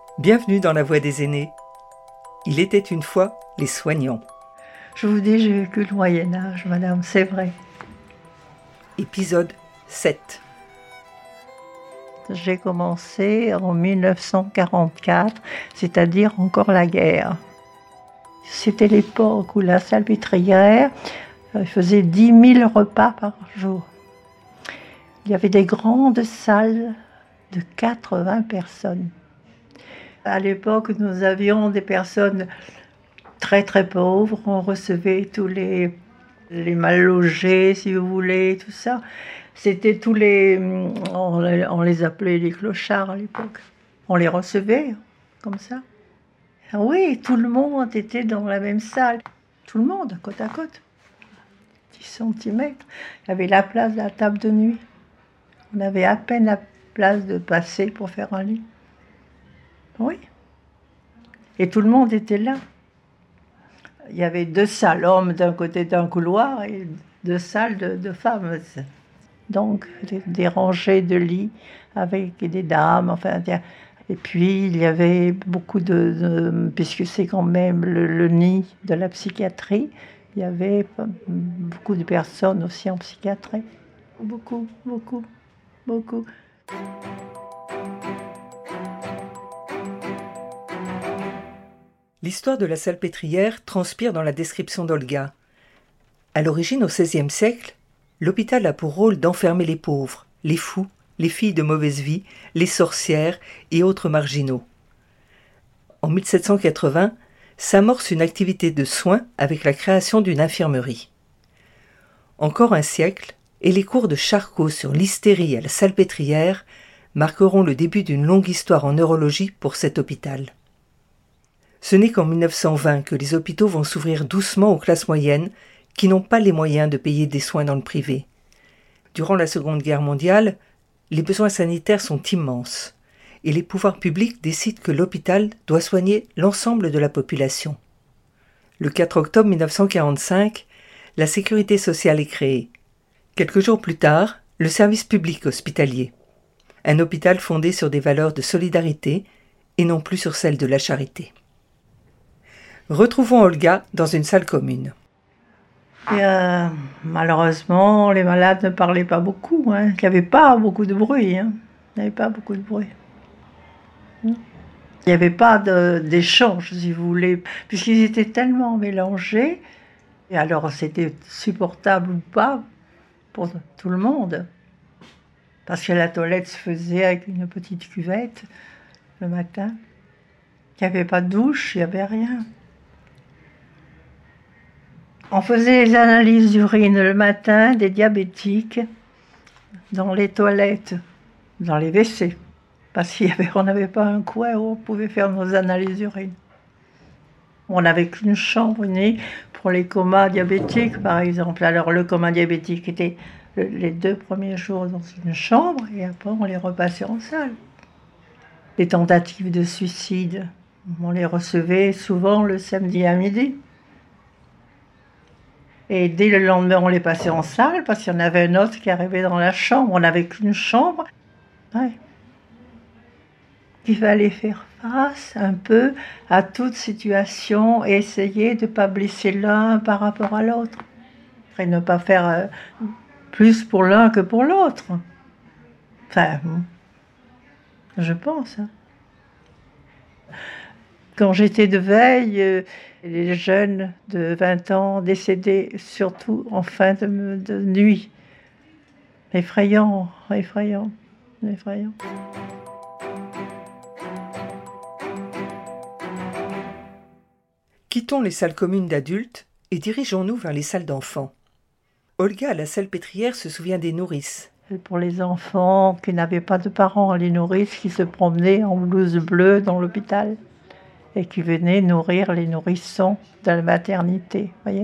Bienvenue dans la Voix des aînés. Il était une fois les soignants. Je vous dis, j'ai vécu le Moyen-Âge, madame, c'est vrai. Épisode 7. J'ai commencé en 1944, c'est-à-dire encore la guerre. C'était l'époque où la Salpêtrière faisait 10 000 repas par jour. Il y avait des grandes salles de 80 personnes. À l'époque, nous avions des personnes très très pauvres. On recevait tous les mal logés, si vous voulez, tout ça. C'était tous les... On les appelait les clochards à l'époque. On les recevait comme ça. Oui, tout le monde était dans la même salle. Tout le monde, côte à côte. 10 centimètres. Il y avait la place de la table de nuit. On avait à peine la place de passer pour faire un lit. Oui. Et tout le monde était là. Il y avait 2 salles, hommes d'un côté d'un couloir et 2 salles de femmes. Donc, des rangées de lits avec des dames, enfin... Et puis, il y avait beaucoup puisque c'est quand même le nid de la psychiatrie, il y avait beaucoup de personnes aussi en psychiatrie. Beaucoup, beaucoup, beaucoup. L'histoire de la Salpêtrière transpire dans la description d'Olga. À l'origine, au XVIe siècle, l'hôpital a pour rôle d'enfermer les pauvres, les fous, les filles de mauvaise vie, les sorcières et autres marginaux. En 1780, s'amorce une activité de soins avec la création d'une infirmerie. Encore un siècle, et les cours de Charcot sur l'hystérie à la Salpêtrière marqueront le début d'une longue histoire en neurologie pour cet hôpital. Ce n'est qu'en 1920 que les hôpitaux vont s'ouvrir doucement aux classes moyennes qui n'ont pas les moyens de payer des soins dans le privé. Durant la Seconde Guerre mondiale, les besoins sanitaires sont immenses et les pouvoirs publics décident que l'hôpital doit soigner l'ensemble de la population. Le 4 octobre 1945, la sécurité sociale est créée. Quelques jours plus tard, le service public hospitalier. Un hôpital fondé sur des valeurs de solidarité et non plus sur celles de la charité. Retrouvons Olga dans une salle commune. Et malheureusement, les malades ne parlaient pas beaucoup. Il n'y avait pas beaucoup de bruit. Il n'y avait pas beaucoup de bruit. Il n'y avait pas d'échange, si vous voulez, puisqu'ils étaient tellement mélangés. Et alors, c'était supportable ou pas pour tout le monde. Parce que la toilette se faisait avec une petite cuvette le matin. Il n'y avait pas de douche, il n'y avait rien. On faisait les analyses d'urine le matin des diabétiques dans les toilettes, dans les WC, parce qu'on n'avait pas un coin où on pouvait faire nos analyses d'urine. On n'avait qu'une chambre unie pour les comas diabétiques, par exemple. Alors le coma diabétique était les 2 premiers jours dans une chambre et après on les repassait en salle. Les tentatives de suicide, on les recevait souvent le samedi à midi. Et dès le lendemain, on les passait en salle parce qu'il y en avait un autre qui arrivait dans la chambre. On n'avait qu'une chambre. Ouais. Il fallait faire face un peu à toute situation et essayer de ne pas blesser l'un par rapport à l'autre. Et ne pas faire plus pour l'un que pour l'autre. Enfin, je pense. Quand j'étais de veille, les jeunes de 20 ans décédaient surtout en fin de nuit. Effrayant, effrayant, effrayant. Quittons les salles communes d'adultes et dirigeons-nous vers les salles d'enfants. Olga à la Salpêtrière se souvient des nourrices. Pour les enfants qui n'avaient pas de parents, les nourrices qui se promenaient en blouse bleue dans l'hôpital et qui venaient nourrir les nourrissons de la maternité. Voyez,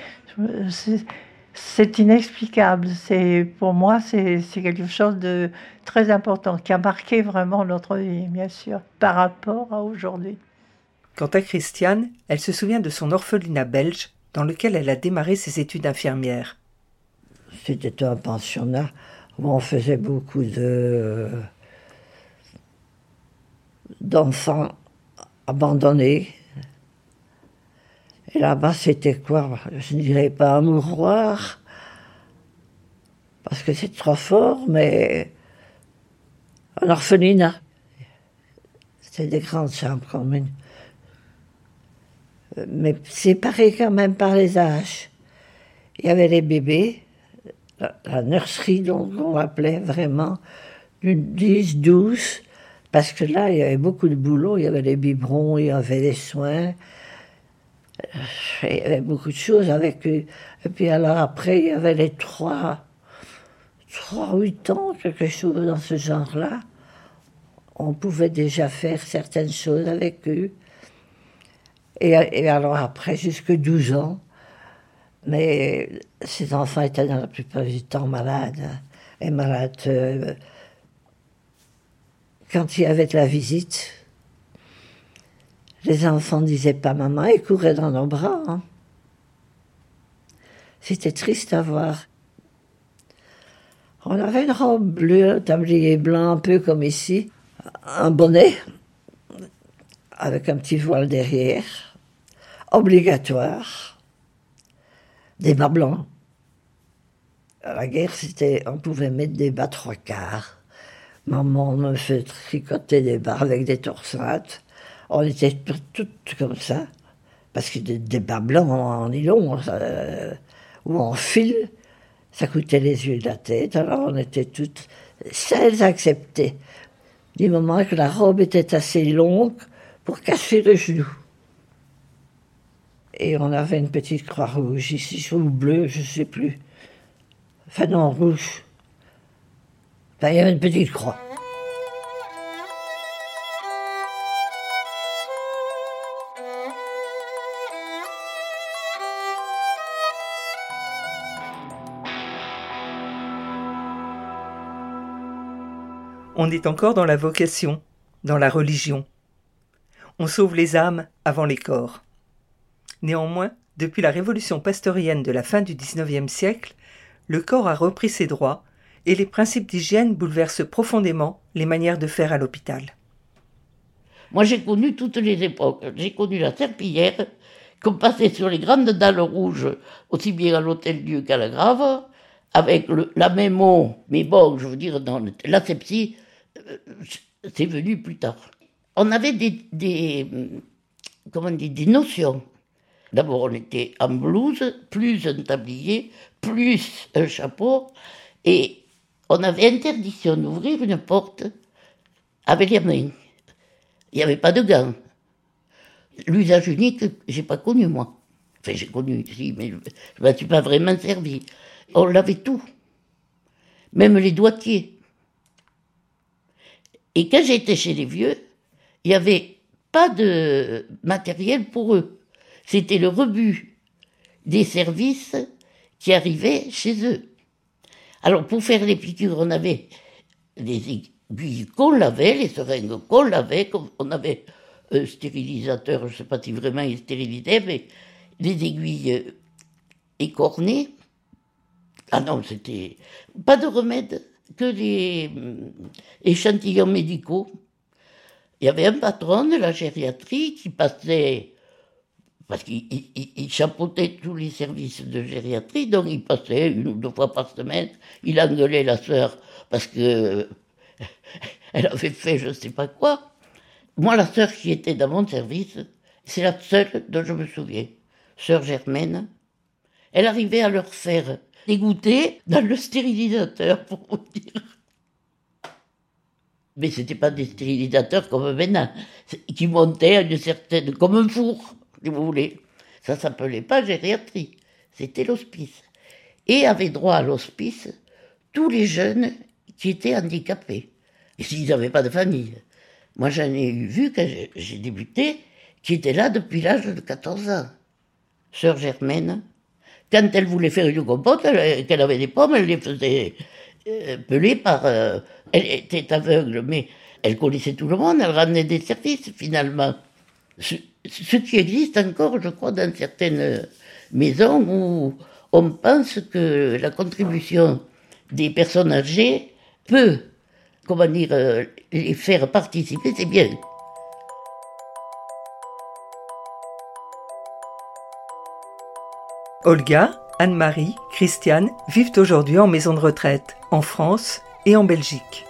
c'est inexplicable. Pour moi, c'est quelque chose de très important qui a marqué vraiment notre vie, bien sûr, par rapport à aujourd'hui. Quant à Christiane, elle se souvient de son orphelinat belge dans lequel elle a démarré ses études infirmières. C'était un pensionnat où on faisait beaucoup d'enfants abandonnés. Et là-bas, c'était quoi? Je ne dirais pas un mouroir, parce que c'est trop fort, mais un orphelinat. C'était des grandes chambres communes. Mais séparées quand même par les âges. Il y avait les bébés, la nurserie, donc on l'appelait vraiment, d'une 10, 12, parce que là, il y avait beaucoup de boulot, il y avait les biberons, il y avait les soins, il y avait beaucoup de choses avec eux. Et puis alors après, il y avait les 3, 8 ans, quelque chose dans ce genre-là. On pouvait déjà faire certaines choses avec eux. Et alors après, jusque 12 ans. Mais ces enfants étaient dans la plupart du temps malades. Et malades. Quand il y avait de la visite, les enfants ne disaient pas maman, ils couraient dans nos bras. Hein. C'était triste à voir. On avait une robe bleue, un tablier blanc, un peu comme ici, un bonnet, avec un petit voile derrière, obligatoire, des bas blancs. À la guerre, on pouvait mettre des bas 3/4. Maman me fait tricoter des bas avec des torsades. On était toutes comme ça, parce que des bas blancs en nylon ou en fil, ça coûtait les yeux de la tête, alors on était toutes... Ça, elles acceptaient. Du moment que la robe était assez longue pour cacher le genou. Et on avait une petite croix rouge ici, ou bleue, je ne sais plus. Enfin non, rouge. Enfin, il y avait une petite croix. On est encore dans la vocation, dans la religion. On sauve les âmes avant les corps. Néanmoins, depuis la révolution pastorienne de la fin du XIXe siècle, le corps a repris ses droits et les principes d'hygiène bouleversent profondément les manières de faire à l'hôpital. Moi, j'ai connu toutes les époques. J'ai connu la serpillière, qu'on passait sur les grandes dalles rouges, aussi bien à l'Hôtel-Dieu qu'à la Grave, avec la même eau, mais bon, je veux dire, dans l'asepsie, c'est venu plus tard. On avait des notions. D'abord, on était en blouse, plus un tablier, plus un chapeau, et on avait interdiction d'ouvrir une porte avec les mains. Il n'y avait pas de gants. L'usage unique, j'ai pas connu, moi. Enfin, j'ai connu, si, mais je ne me suis pas vraiment servi. On lavait tout. Même les doigtiers. Et quand j'étais chez les vieux, il n'y avait pas de matériel pour eux. C'était le rebut des services qui arrivaient chez eux. Alors, pour faire les piqûres, on avait des aiguilles qu'on lavait, les seringues qu'on lavait, on avait un stérilisateur, je ne sais pas si vraiment il stérilisait, mais des aiguilles écornées. Ah non, c'était pas de remède, que des échantillons médicaux. Il y avait un patron de la gériatrie qui passait, parce qu'il chapeautait tous les services de gériatrie, donc il passait 1 ou 2 fois par semaine, il engueulait la sœur parce que elle avait fait je ne sais pas quoi. Moi, la sœur qui était dans mon service, c'est la seule dont je me souviens, sœur Germaine. Elle arrivait à leur faire dégoûter dans le stérilisateur, pour vous dire. Mais c'était pas des stérilisateurs comme maintenant, qui montaient à une certaine, comme un four, si vous voulez. Ça s'appelait pas gériatrie, c'était l'hospice. Et avaient droit à l'hospice tous les jeunes qui étaient handicapés. Et s'ils n'avaient pas de famille. Moi, j'en ai vu quand j'ai débuté, qui étaient là depuis l'âge de 14 ans. Sœur Germaine, quand elle voulait faire une compote, qu'elle avait des pommes, elle les faisait peler par... elle était aveugle, mais elle connaissait tout le monde, elle ramenait des services, finalement. Ce qui existe encore, je crois, dans certaines maisons où on pense que la contribution des personnes âgées peut, comment dire, les faire participer, c'est bien. Olga, Anne-Marie, Christiane vivent aujourd'hui en maison de retraite, en France et en Belgique.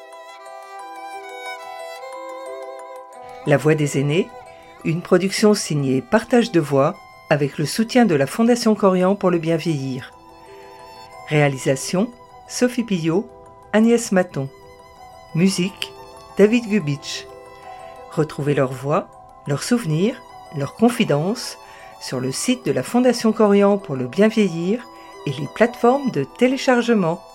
La Voix des aînés, une production signée Partage de voix avec le soutien de la Fondation Corian pour le bien vieillir. Réalisation, Sophie Pillot, Agnès Maton. Musique, David Gubitsch. Retrouvez leurs voix, leurs souvenirs, leurs confidences sur le site de la Fondation Corian pour le bien vieillir et les plateformes de téléchargement.